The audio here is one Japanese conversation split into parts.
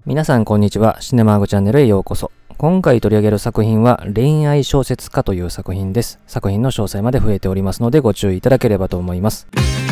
皆さんこんにちは。シネマーグチャンネルへようこそ。今回取り上げる作品は恋愛小説家という作品です。作品の詳細まで増えておりますのでご注意いただければと思います。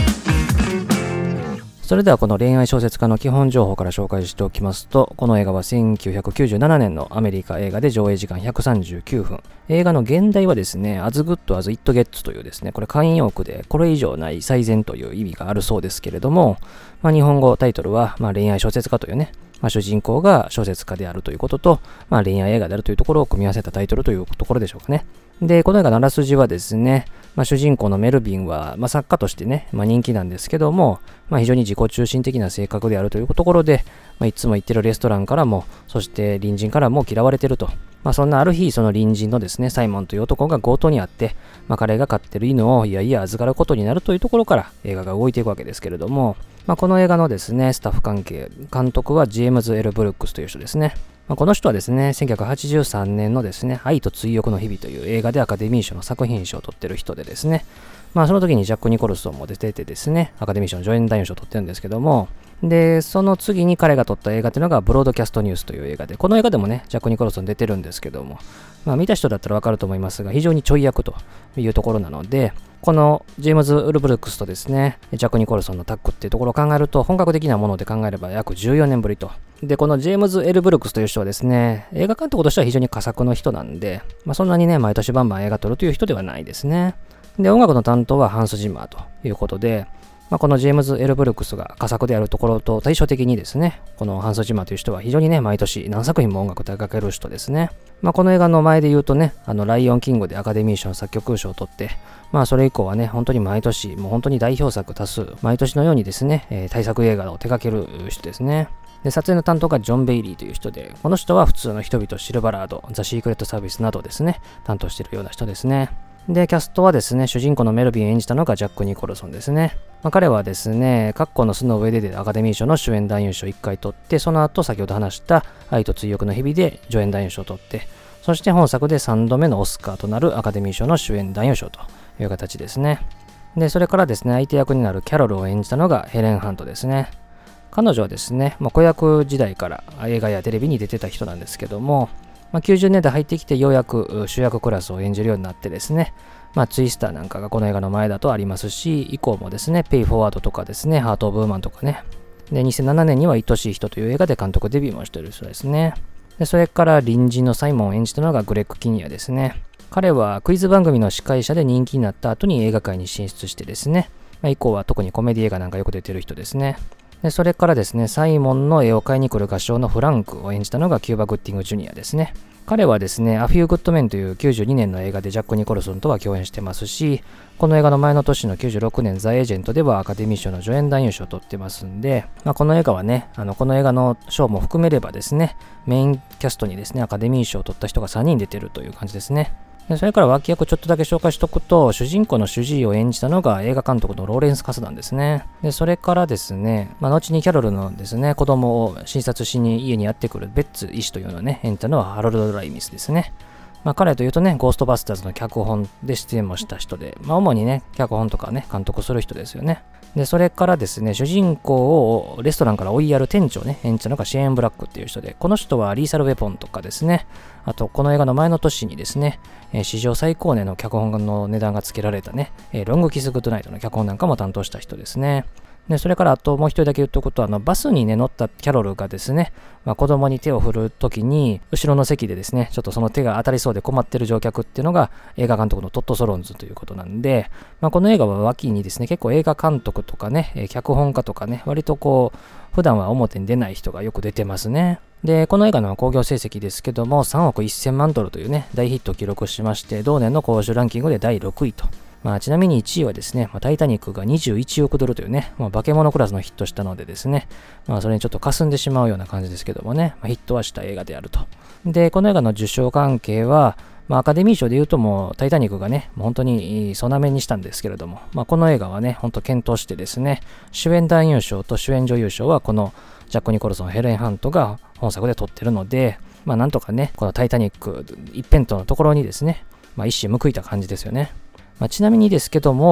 それではこの恋愛小説家の基本情報から紹介しておきますと、この映画は1997年のアメリカ映画で上映時間139分。映画の現代はですね、As Good as It Gets というですね、これ慣用句でこれ以上ない最善という意味があるそうですけれども、日本語タイトルは恋愛小説家というね、主人公が小説家であるということと、恋愛映画であるというところを組み合わせたタイトルというところでしょうかね。で、この映画のあらすじはですね、主人公のメルビンは、作家としてね、人気なんですけども、非常に自己中心的な性格であるというところで、いつも行ってるレストランからも、そして隣人からも嫌われてると。そんなある日、その隣人のですね、サイモンという男が強盗にあって、彼が飼ってる犬をいやいや預かることになるというところから映画が動いていくわけですけれども、この映画のですね、スタッフ関係、監督はジェームズ・エル・ブルックスという人ですね。この人はですね、1983年のですね、愛と追憶の日々という映画でアカデミー賞の作品賞を取ってる人でですね、その時にジャック・ニコルソンも出ててですね、アカデミー賞の助演男優賞を取ってるんですけども、で、その次に彼が撮った映画というのがブロードキャストニュースという映画で、この映画でもね、ジャック・ニコルソン出てるんですけども、見た人だったらわかると思いますが、非常にちょい役というところなので、このジェームズ・ウルブルックスとですね、ジャック・ニコルソンのタッグっていうところを考えると、本格的なもので考えれば約14年ぶりと。で、このジェームズ・エル・ブルックスという人はですね、映画監督としては非常に佳作の人なんで、そんなにね、毎年バンバン映画撮るという人ではないですね。で、音楽の担当はハンス・ジマーということで、このジェームズ・エル・ブルックスが佳作であるところと対照的にですね、このハンス・ジマーという人は非常にね、毎年何作品も音楽を手掛ける人ですね。この映画の前で言うとね、ライオンキングでアカデミー賞作曲賞を取って、それ以降はね、本当に毎年、もう本当に代表作多数、毎年のようにですね、大作映画を手掛ける人ですね。で、撮影の担当がジョン・ベイリーという人で、この人は普通の人々、シルバラード、ザ・シークレット・サービスなどですね、担当しているような人ですね。で、キャストはですね、主人公のメルビンを演じたのがジャック・ニコルソンですね。彼はですね、カッコの巣の上でアカデミー賞の主演男優賞を1回取って、その後先ほど話した愛と追憶の日々で助演男優賞を取って、そして本作で3度目のオスカーとなるアカデミー賞の主演男優賞という形ですね。で、それからですね、相手役になるキャロルを演じたのがヘレン・ハントですね。彼女はですね、子役時代から映画やテレビに出てた人なんですけども、90年代入ってきてようやく主役クラスを演じるようになってですね、ツイスターなんかがこの映画の前だとありますし、以降もですね、ペイフォワードとかですね、ハート・オブ・ウーマンとかね。で、2007年には愛しい人という映画で監督デビューもしている人ですね。で、それから隣人のサイモンを演じたのがグレッグ・キニアですね。彼はクイズ番組の司会者で人気になった後に映画界に進出してですね、以降は特にコメディ映画なんかよく出てる人ですね。で、それからですね、サイモンの絵を買いに来る画商のフランクを演じたのがキューバ・グッティング・ジュニアですね。彼はですね、A Few Good Menという92年の映画でジャック・ニコルソンとは共演してますし、この映画の前の年の96年ザ・エージェントではアカデミー賞の助演男優賞を取ってますんで、この映画はね、この映画の賞も含めればですね、メインキャストにですね、アカデミー賞を取った人が3人出てるという感じですね。で、それから脇役ちょっとだけ紹介しとくと、主人公の主治医を演じたのが映画監督のローレンス・カスなんですね。で、それからですね、後にキャロルのですね、子供を診察しに家にやってくるベッツ医師というのをね、演じたのはハロルド・ライミスですね。彼というとね、ゴーストバスターズの脚本で出演もした人で、主にね、脚本とかね、監督する人ですよね。で、それからですね、主人公をレストランから追いやる店長ね、演じたのがシェーン・ブラックっていう人で、この人はリーサル・ウェポンとかですね、あと、この映画の前の年にですね、史上最高値の脚本の値段がつけられたね、ロング・キス・グッドナイトの脚本なんかも担当した人ですね。で、それからあともう一人だけ言っとくことは、バスにね、乗ったキャロルがですね、子供に手を振るときに、後ろの席でですね、ちょっとその手が当たりそうで困ってる乗客っていうのが映画監督のトッド・ソロンズということなんで、この映画は脇にですね、結構映画監督とかね、脚本家とかね、割とこう、普段は表に出ない人がよく出てますね。で、この映画の興行成績ですけども、3億1000万ドルというね、大ヒットを記録しまして、同年の興収ランキングで第6位と。ちなみに1位はですね、タイタニックが21億ドルというね、化け物クラスのヒットしたのでですね、それにちょっと霞んでしまうような感じですけどもね、ヒットはした映画であると。で、この映画の受賞関係は、アカデミー賞で言うともうタイタニックがね、本当に総なめにしたんですけれども、この映画はね、本当検討してですね、主演男優賞と主演女優賞はこのジャック・ニコルソン、ヘレン・ハントが本作で撮ってるので、なんとかね、このタイタニック一辺倒のところにですね、一矢報いた感じですよね。ちなみにですけども、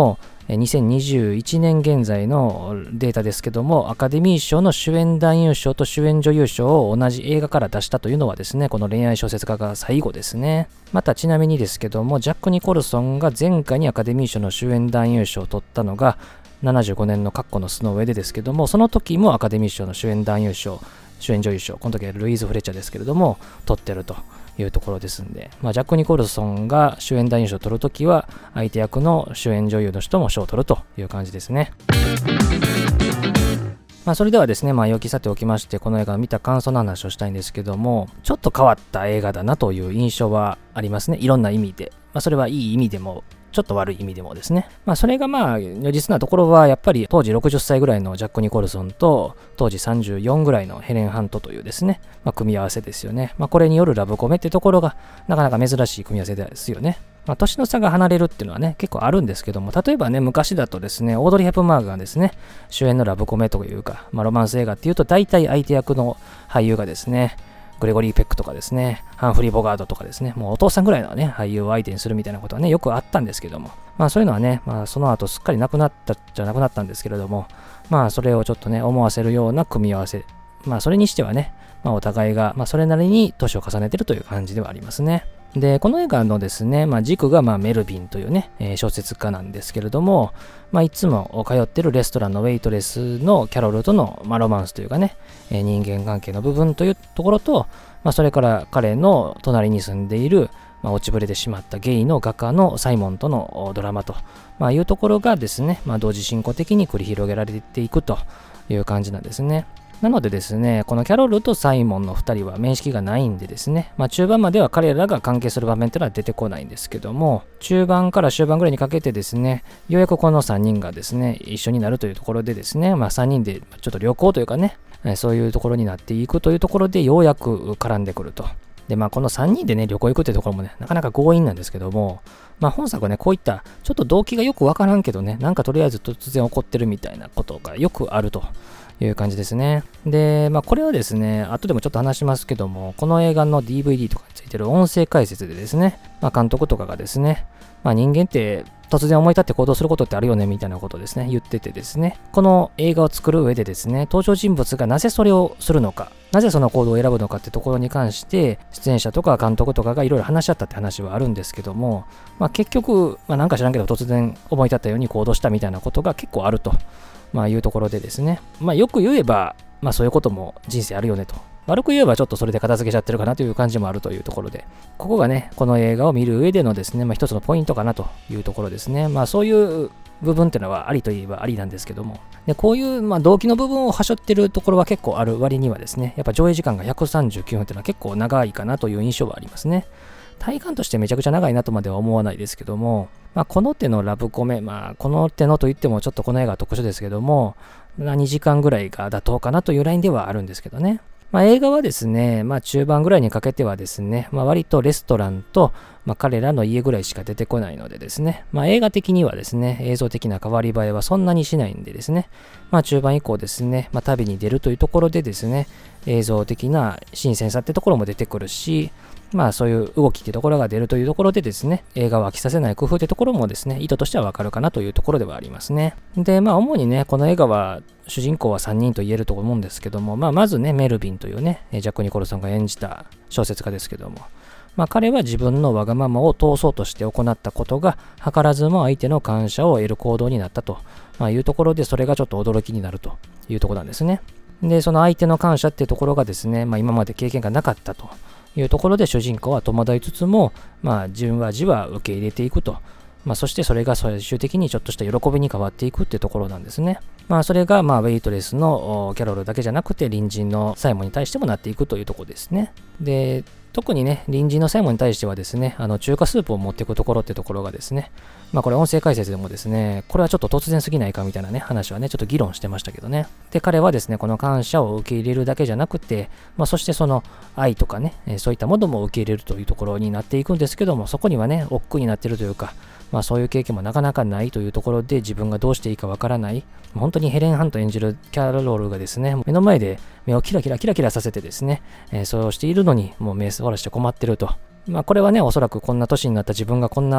2021年現在のデータですけども、アカデミー賞の主演男優賞と主演女優賞を同じ映画から出したというのはですね、この恋愛小説家が最後ですね。またちなみにですけども、ジャック・ニコルソンが前回にアカデミー賞の主演男優賞を取ったのが75年のカッコの巣の上でですけども、その時もアカデミー賞の主演男優賞、主演女優賞、この時はルイーズ・フレッチャーですけれども、取ってるというところですんで、ジャック・ニコルソンが主演男優賞を取るときは、相手役の主演女優の人も賞を取るという感じですね。それではですね、良きさておきまして、この映画を見た感想の話をしたいんですけども、ちょっと変わった映画だなという印象はありますね。いろんな意味で。それはいい意味でも、ちょっと悪い意味でもですね。それが如実なところは、やっぱり当時60歳ぐらいのジャック・ニコルソンと、当時34ぐらいのヘレン・ハントというですね、組み合わせですよね。これによるラブコメってところが、なかなか珍しい組み合わせですよね。年の差が離れるっていうのはね、結構あるんですけども、例えばね、昔だとですね、オードリー・ヘプバーンがですね、主演のラブコメというか、ロマンス映画っていうと、大体相手役の俳優がですね、グレゴリー・ペックとかですね、ハンフリー・ボガードとかですね、もうお父さんぐらいのね、俳優を相手にするみたいなことはね、よくあったんですけども、そういうのはね、その後すっかりなくなったじゃなくなったんですけれども、それをちょっとね、思わせるような組み合わせ、それにしてはね、お互いが、それなりに年を重ねてるという感じではありますね。で、この映画のですね、軸がメルビンというね、小説家なんですけれども、いつも通ってるレストランのウェイトレスのキャロルとの、ロマンスというかね、人間関係の部分というところと、それから彼の隣に住んでいる、落ちぶれてしまったゲイの画家のサイモンとのドラマと、いうところがですね、同時進行的に繰り広げられていくという感じなんですね。なのでですね、このキャロルとサイモンの2人は面識がないんでですね、中盤までは彼らが関係する場面というのは出てこないんですけども、中盤から終盤ぐらいにかけてですね、ようやくこの3人がですね、一緒になるというところでですね、3人でちょっと旅行というかね、そういうところになっていくというところでようやく絡んでくると。で、この3人でね、旅行行くっていうところもね、なかなか強引なんですけども、本作はね、こういった、ちょっと動機がよくわからんけどね、なんかとりあえず突然起こってるみたいなことがよくあるという感じですね。で、これはですね、後でもちょっと話しますけども、この映画の DVD とかについてる音声解説でですね、監督とかがですね、人間って突然思い立って行動することってあるよねみたいなことをですね、言っててですね、この映画を作る上でですね、登場人物がなぜそれをするのか、なぜその行動を選ぶのかってところに関して、出演者とか監督とかがいろいろ話し合ったって話はあるんですけども、結局、なんか知らんけど突然思い立ったように行動したみたいなことが結構あると、いうところでですね、よく言えば、そういうことも人生あるよねと。悪く言えばちょっとそれで片付けちゃってるかなという感じもあるというところで、ここがね、この映画を見る上でのですね、一つのポイントかなというところですね。そういう部分っていうのはありといえばありなんですけども、でこういう動機の部分をはしょってるところは結構ある割にはですね、やっぱ上映時間が139分っていうのは結構長いかなという印象はありますね。体感としてめちゃくちゃ長いなとまでは思わないですけども、この手のラブコメ、この手のといってもちょっとこの映画は特殊ですけども、2時間ぐらいが妥当かなというラインではあるんですけどね。映画はですね、中盤ぐらいにかけてはですね、割とレストランと、彼らの家ぐらいしか出てこないのでですね、映画的にはですね、映像的な変わり映えはそんなにしないんでですね、中盤以降ですね、旅に出るというところでですね、映像的な新鮮さってところも出てくるし、そういう動きってところが出るというところでですね、映画を飽きさせない工夫ってところもですね、意図としてはわかるかなというところではありますね。で、主にね、この映画は主人公は3人と言えると思うんですけども、まずね、メルビンというね、ジャック・ニコルソンが演じた小説家ですけども、彼は自分のわがままを通そうとして行ったことが、図らずも相手の感謝を得る行動になったというところで、それがちょっと驚きになるというところなんですね。で、その相手の感謝っていうところがですね、今まで経験がなかったというところで、主人公は戸惑いつつも、じわじわ受け入れていくと。そしてそれが最終的にちょっとした喜びに変わっていくっていうところなんですね。それがウェイトレスのキャロルだけじゃなくて、隣人のサイモンに対してもなっていくというところですね。で、特にね、隣人のサイモンに対してはですね、中華スープを持っていくところってところがですね、これ音声解説でもですね、これはちょっと突然すぎないかみたいなね、話はね、ちょっと議論してましたけどね。で、彼はですね、この感謝を受け入れるだけじゃなくて、そしてその愛とかね、そういったものも受け入れるというところになっていくんですけども、そこにはね、億劫になっているというか、そういう経験もなかなかないというところで、自分がどうしていいかわからない、本当にヘレン・ハント演じるキャロルがですね、目の前で目をキラキラさせてですね、そうしているのにもう目をそらして困ってると。これはね、おそらくこんな年になった自分がこんな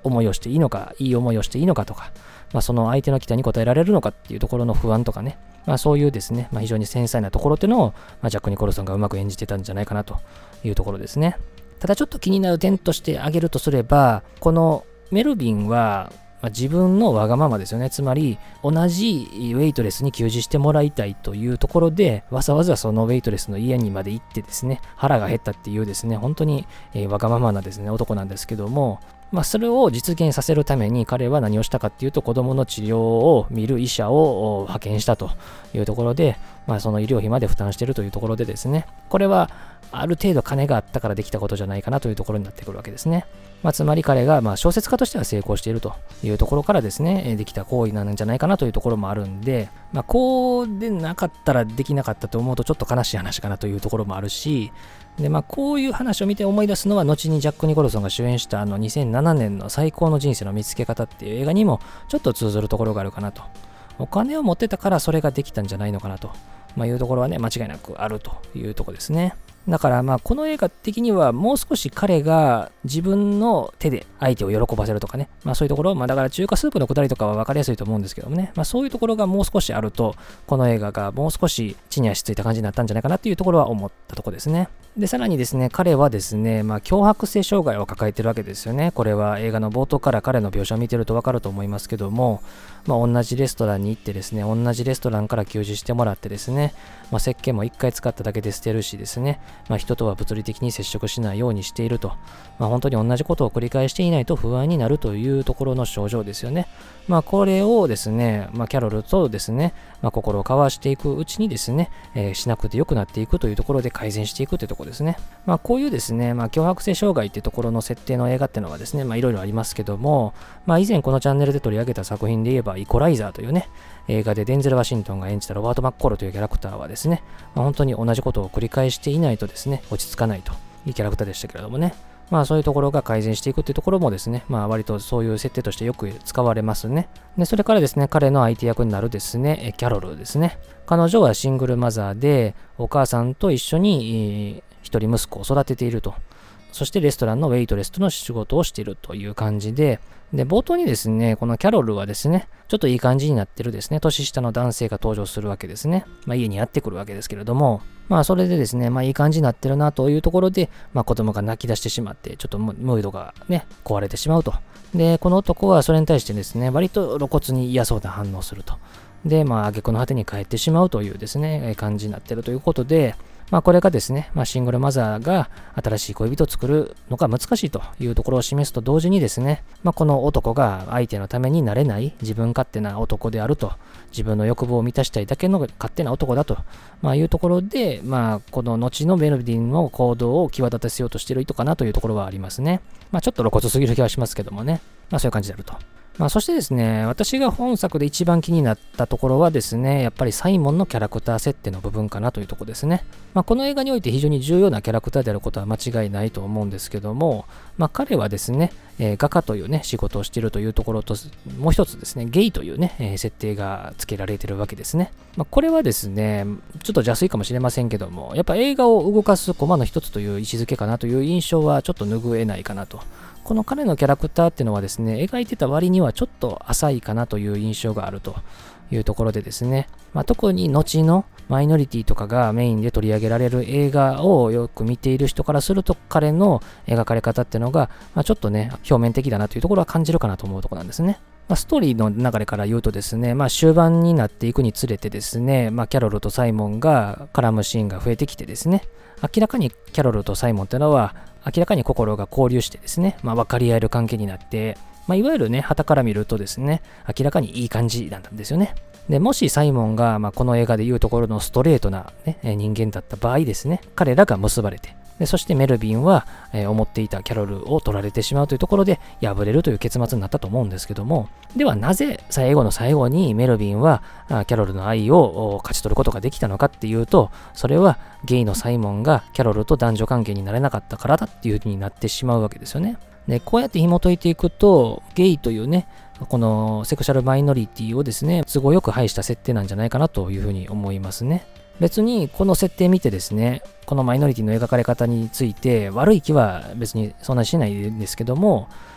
思いをしていいのか、いい思いをしていいのかとか、その相手の期待に応えられるのかっていうところの不安とかね、そういうですね、非常に繊細なところっていうのを、ジャック・ニコルソンがうまく演じてたんじゃないかなというところですね。ただちょっと気になる点として挙げるとすれば、このメルビンは、自分のわがままですよね。つまり、同じウェイトレスに給仕してもらいたいというところで、わざわざそのウェイトレスの家にまで行ってですね、腹が減ったっていうですね、本当に、わがままなですね、男なんですけども、それを実現させるために彼は何をしたかっていうと、子供の治療を見る医者を派遣したというところで、その医療費まで負担しているというところでですね、これはある程度金があったからできたことじゃないかなというところになってくるわけですね。つまり彼が小説家としては成功しているというところからですね、できた行為なんじゃないかなというところもあるんで、こうでなかったらできなかったと思うとちょっと悲しい話かなというところもあるし、でこういう話を見て思い出すのは、後にジャック・ニコルソンが主演した2007年の最高の人生の見つけ方っていう映画にもちょっと通ずるところがあるかなと。お金を持ってたからそれができたんじゃないのかなと、いうところはね、間違いなくあるというところですね。だからこの映画的にはもう少し彼が自分の手で相手を喜ばせるとかね、そういうところ、だから中華スープのくだりとかは分かりやすいと思うんですけどもね、そういうところがもう少しあると、この映画がもう少し地に足ついた感じになったんじゃないかなっていうところは思ったところですね。で、さらにですね、彼はですね、強迫性障害を抱えてるわけですよね。これは映画の冒頭から彼の描写を見てると分かると思いますけども、同じレストランに行ってですね、同じレストランから給仕してもらってですね、石鹸も1回使っただけで捨てるしですね、人とは物理的に接触しないようにしていると、本当に同じことを繰り返していないと不安になるというところの症状ですよね。これをですね、キャロルとですね、心を交わしていくうちにですね、しなくて良くなっていくというところで改善していくというところですね。こういうですね、強迫性障害っていうところの設定の映画っていうのはですね、いろいろありますけども、以前このチャンネルで取り上げた作品で言えば、イコライザーというね、映画でデンゼル・ワシントンが演じたロバート・マッコールというキャラクターはですね、本当に同じことを繰り返していないとですね、落ち着かないというキャラクターでしたけれどもね、そういうところが改善していくっていうところもですね、割とそういう設定としてよく使われますね。で、それからですね、彼の相手役になるですね、キャロルですね。彼女はシングルマザーで、お母さんと一緒に一人息子を育てていると。そしてレストランのウェイトレストの仕事をしているという感じで、冒頭にですね、このキャロルはですね、ちょっといい感じになってるですね、年下の男性が登場するわけですね。家にやってくるわけですけれども、それでですね、いい感じになってるなというところで、子供が泣き出してしまって、ちょっとムードがね、壊れてしまうと。で、この男はそれに対してですね、割と露骨に嫌そうな反応をすると。で、挙句の果てに帰ってしまうというですね、感じになってるということで、これがですね、シングルマザーが新しい恋人を作るのが難しいというところを示すと同時にですね、この男が相手のためになれない自分勝手な男であると、自分の欲望を満たしたいだけの勝手な男だと、いうところで、この後のメルディンの行動を際立たせようとしている意図かなというところはありますね。ちょっと露骨すぎる気はしますけどもね、そういう感じであると。そしてですね、私が本作で一番気になったところはですね、やっぱりサイモンのキャラクター設定の部分かなというところですね。この映画において非常に重要なキャラクターであることは間違いないと思うんですけども、彼はですね、画家というね、仕事をしているというところと、もう一つですね、ゲイというね、設定が付けられているわけですね。これはですね、ちょっと邪推かもしれませんけども、やっぱ映画を動かすコマの一つという位置づけかなという印象はちょっと拭えないかなと。この彼のキャラクターっていうのはですね、描いてた割にはちょっと浅いかなという印象があるというところでですね、特に後のマイノリティとかがメインで取り上げられる映画をよく見ている人からすると、彼の描かれ方っていうのが、ちょっとね、表面的だなというところは感じるかなと思うところなんですね。ストーリーの流れから言うとですね、終盤になっていくにつれてですね、キャロルとサイモンが絡むシーンが増えてきてですね、明らかにキャロルとサイモンっていうのは、明らかに心が交流してですね、分かり合える関係になって、いわゆるね、傍から見るとですね、明らかにいい感じなんですよね。で、もしサイモンが、この映画でいうところのストレートな、ね、人間だった場合ですね、彼らが結ばれて、でそしてメルビンは、思っていたキャロルを取られてしまうというところで敗れるという結末になったと思うんですけども、ではなぜ最後の最後にメルビンはキャロルの愛を勝ち取ることができたのかっていうと、それはゲイのサイモンがキャロルと男女関係になれなかったからだっていう風になってしまうわけですよね。で、こうやって紐解いていくと、ゲイというね、このセクシャルマイノリティをですね、都合よく排した設定なんじゃないかなというふうに思いますね。別にこの設定見てですね、このマイノリティの描かれ方について悪い気は別にそんなにしないんですけども、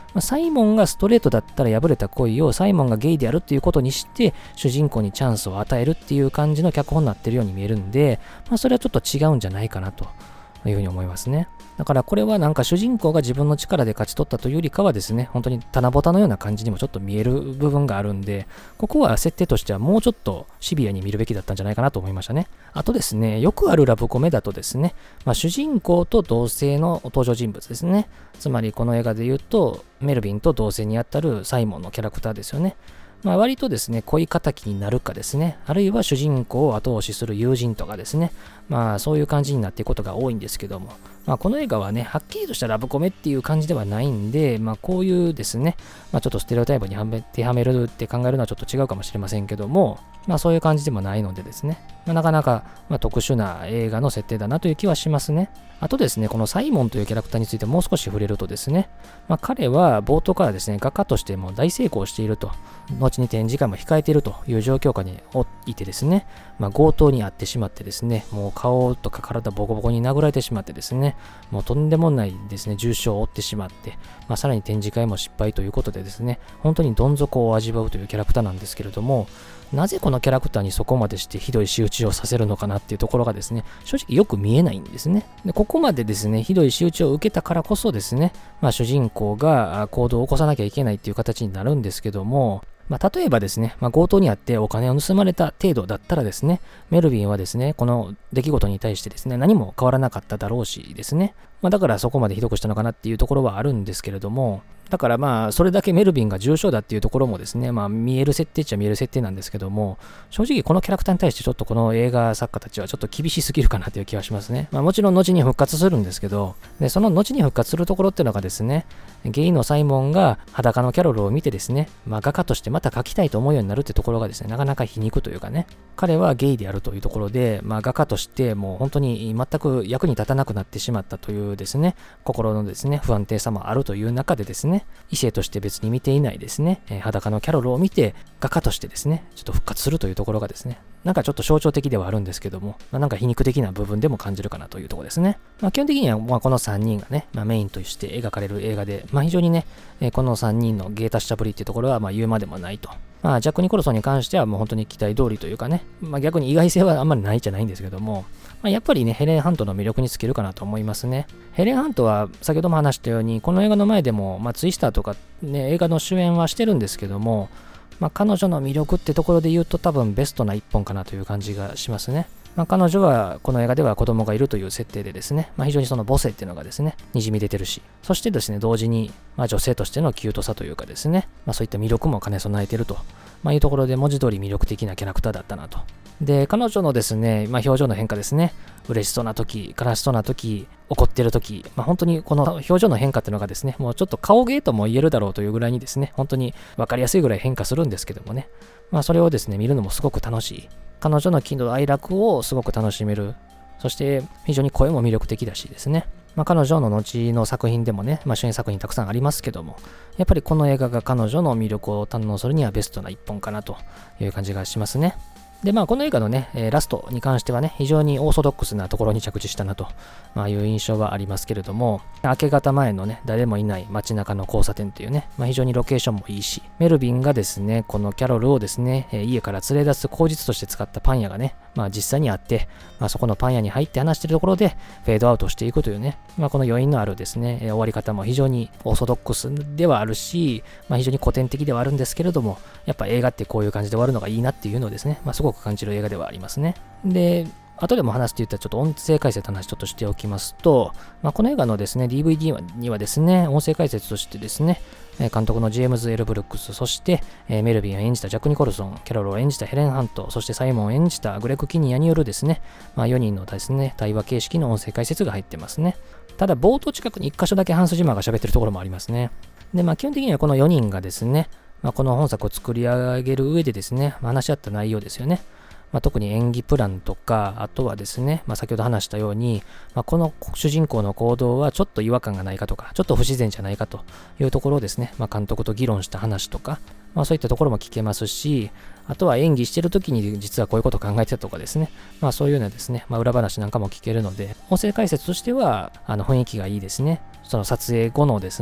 サイモンがストレートだったら破れた恋をサイモンがゲイであるっていうことにして主人公にチャンスを与えるっていう感じの脚本になってるように見えるんで、それはちょっと違うんじゃないかなというふうに思いますね。だからこれはなんか主人公が自分の力で勝ち取ったというよりかはですね、本当に棚ぼたのような感じにもちょっと見える部分があるんで、ここは設定としてはもうちょっとシビアに見るべきだったんじゃないかなと思いましたね。あとですね、よくあるラブコメだとですね、主人公と同性の登場人物ですね。つまりこの映画で言うと、メルビンと同性にあたるサイモンのキャラクターですよね。割とですね、恋敵になるかですね、あるいは主人公を後押しする友人とかですね、そういう感じになっていくことが多いんですけども、この映画はね、はっきりとしたラブコメっていう感じではないんで、こういうですね、ちょっとステレオタイプに当てはめるって考えるのはちょっと違うかもしれませんけども、そういう感じでもないのでですね、なかなか特殊な映画の設定だなという気はしますね。あとですね、このサイモンというキャラクターについてもう少し触れるとですね、彼は冒頭からですね、画家としても大成功していると、後に展示会も控えているという状況下にいてですね、強盗に遭ってしまってですね、もう顔とか体ボコボコに殴られてしまってですね、もうとんでもないですね、重傷を負ってしまって、さらに展示会も失敗ということでですね、本当にどん底を味わうというキャラクターなんですけれども、なぜこのキャラクターにそこまでしてひどい仕打ちをさせるのかなっていうところがですね、正直よく見えないんですね。で、ここまでですね、ひどい仕打ちを受けたからこそですね、主人公が行動を起こさなきゃいけないっていう形になるんですけども、例えばですね、強盗にあってお金を盗まれた程度だったらですね、メルビンはですね、この出来事に対してですね、何も変わらなかっただろうしですね、だからそこまでひどくしたのかなっていうところはあるんですけれども、だからそれだけメルビンが重症だっていうところもですね、見える設定っちゃ見える設定なんですけども、正直このキャラクターに対してちょっとこの映画作家たちはちょっと厳しすぎるかなという気はしますね。もちろん後に復活するんですけど、で、その後に復活するところっていうのがですね、ゲイのサイモンが裸のキャロルを見てですね、画家としてまた描きたいと思うようになるってところがですね、なかなか皮肉というかね、彼はゲイであるというところで、画家としてもう本当に全く役に立たなくなってしまったというですね、心のですね、不安定さもあるという中でですね、異性として別に見ていないですね、裸のキャロルを見て画家としてですね、ちょっと復活するというところがですね、なんかちょっと象徴的ではあるんですけども、なんか皮肉的な部分でも感じるかなというところですね。基本的にはこの3人がね、メインとして描かれる映画で、非常にね、この3人の芸達者ぶりっていうところは言うまでもないと。ジャック・ニコルソンに関してはもう本当に期待通りというかね、逆に意外性はあんまりないじゃないんですけども、やっぱりね、ヘレン・ハントの魅力に尽きるかなと思いますね。ヘレン・ハントは先ほども話したように、この映画の前でも、ツイスターとかね、映画の主演はしてるんですけども、彼女の魅力ってところで言うと多分ベストな一本かなという感じがしますね。彼女はこの映画では子供がいるという設定でですね、非常にその母性っていうのがですね、にじみ出てるし、そしてですね、同時に、女性としてのキュートさというかですね、そういった魅力も兼ね備えていると、いうところで文字通り魅力的なキャラクターだったなと。で、彼女のですね、表情の変化ですね、嬉しそうな時、悲しそうな時、怒ってる時、本当にこの表情の変化っていうのがですね、もうちょっと顔芸とも言えるだろうというぐらいにですね、本当に分かりやすいぐらい変化するんですけどもね、それをですね、見るのもすごく楽しい。彼女の喜怒哀楽をすごく楽しめる。そして非常に声も魅力的だしですね。彼女の後の作品でもね、主演作品たくさんありますけども、やっぱりこの映画が彼女の魅力を堪能するにはベストな一本かなという感じがしますね。で、この映画のね、ラストに関してはね、非常にオーソドックスなところに着地したなと、いう印象はありますけれども、明け方前のね、誰もいない街中の交差点というね、非常にロケーションもいいし、メルビンがですね、このキャロルをですね、家から連れ出す口実として使ったパン屋がね、実際にあって、そこのパン屋に入って話しているところで、フェードアウトしていくというね、この余韻のあるですね、終わり方も非常にオーソドックスではあるし、非常に古典的ではあるんですけれども、やっぱ映画ってこういう感じで終わるのがいいなっていうのをですね、すごく感じる映画ではありますね。で、後でも話すって言ったらちょっと音声解説の話ちょっとしておきますと、この映画のですね、DVD にはですね、音声解説としてですね、監督のジェームズ・エル・ブルックス、そして、メルビンを演じたジャック・ニコルソン、キャロルを演じたヘレン・ハント、そしてサイモンを演じたグレッグ・キニアによるですね、4人のですね、対話形式の音声解説が入ってますね。ただ、冒頭近くに1箇所だけハンス・ジマーが喋ってるところもありますね。で、基本的にはこの4人がですね、この本作を作り上げる上でですね、話し合った内容ですよね。特に演技プランとか、あとはですね、先ほど話したように、この主人公の行動はちょっと違和感がないかとか、ちょっと不自然じゃないかというところをですね、監督と議論した話とか、そういったところも聞けますし、あとは演技してる時に実はこういうことを考えてたとかですね、そういうようなですね、裏話なんかも聞けるので、音声解説としては雰囲気がいいですね。その撮影後のですね、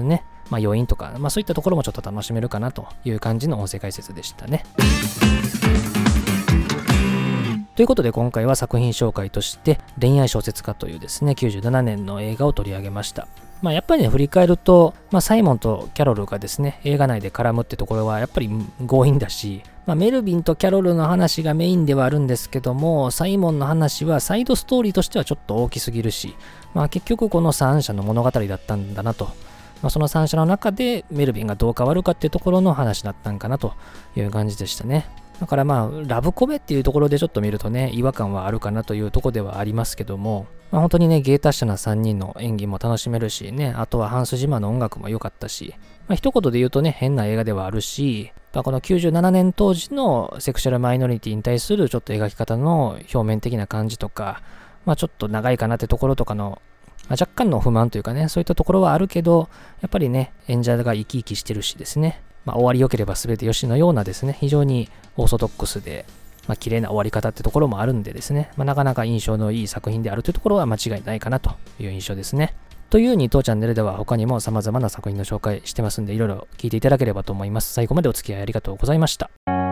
余韻とか、そういったところもちょっと楽しめるかなという感じの音声解説でしたね。ということで今回は作品紹介として恋愛小説家というですね、97年の映画を取り上げました。やっぱりね、振り返ると、サイモンとキャロルがですね、映画内で絡むってところはやっぱり強引だし、メルビンとキャロルの話がメインではあるんですけども、サイモンの話はサイドストーリーとしてはちょっと大きすぎるし、結局この3者の物語だったんだなと。その3者の中でメルビンがどう変わるかっていうところの話だったんかなという感じでしたね。だからラブコメっていうところでちょっと見るとね、違和感はあるかなというところではありますけども、本当にね、芸達者な3人の演技も楽しめるしね、あとはハンス・ジマーの音楽も良かったし、一言で言うとね、変な映画ではあるし、この97年当時のセクシャルマイノリティに対するちょっと描き方の表面的な感じとか、ちょっと長いかなってところとかの、若干の不満というかね、そういったところはあるけど、やっぱりね、演者が生き生きしてるしですね、終わり良ければ全てよしのようなですね、非常にオーソドックスで、綺麗な終わり方ってところもあるんでですね、なかなか印象のいい作品であるというところは間違いないかなという印象ですね。というに当チャンネルでは他にも様々な作品の紹介してますんで、いろいろ聞いていただければと思います。最後までお付き合いありがとうございました。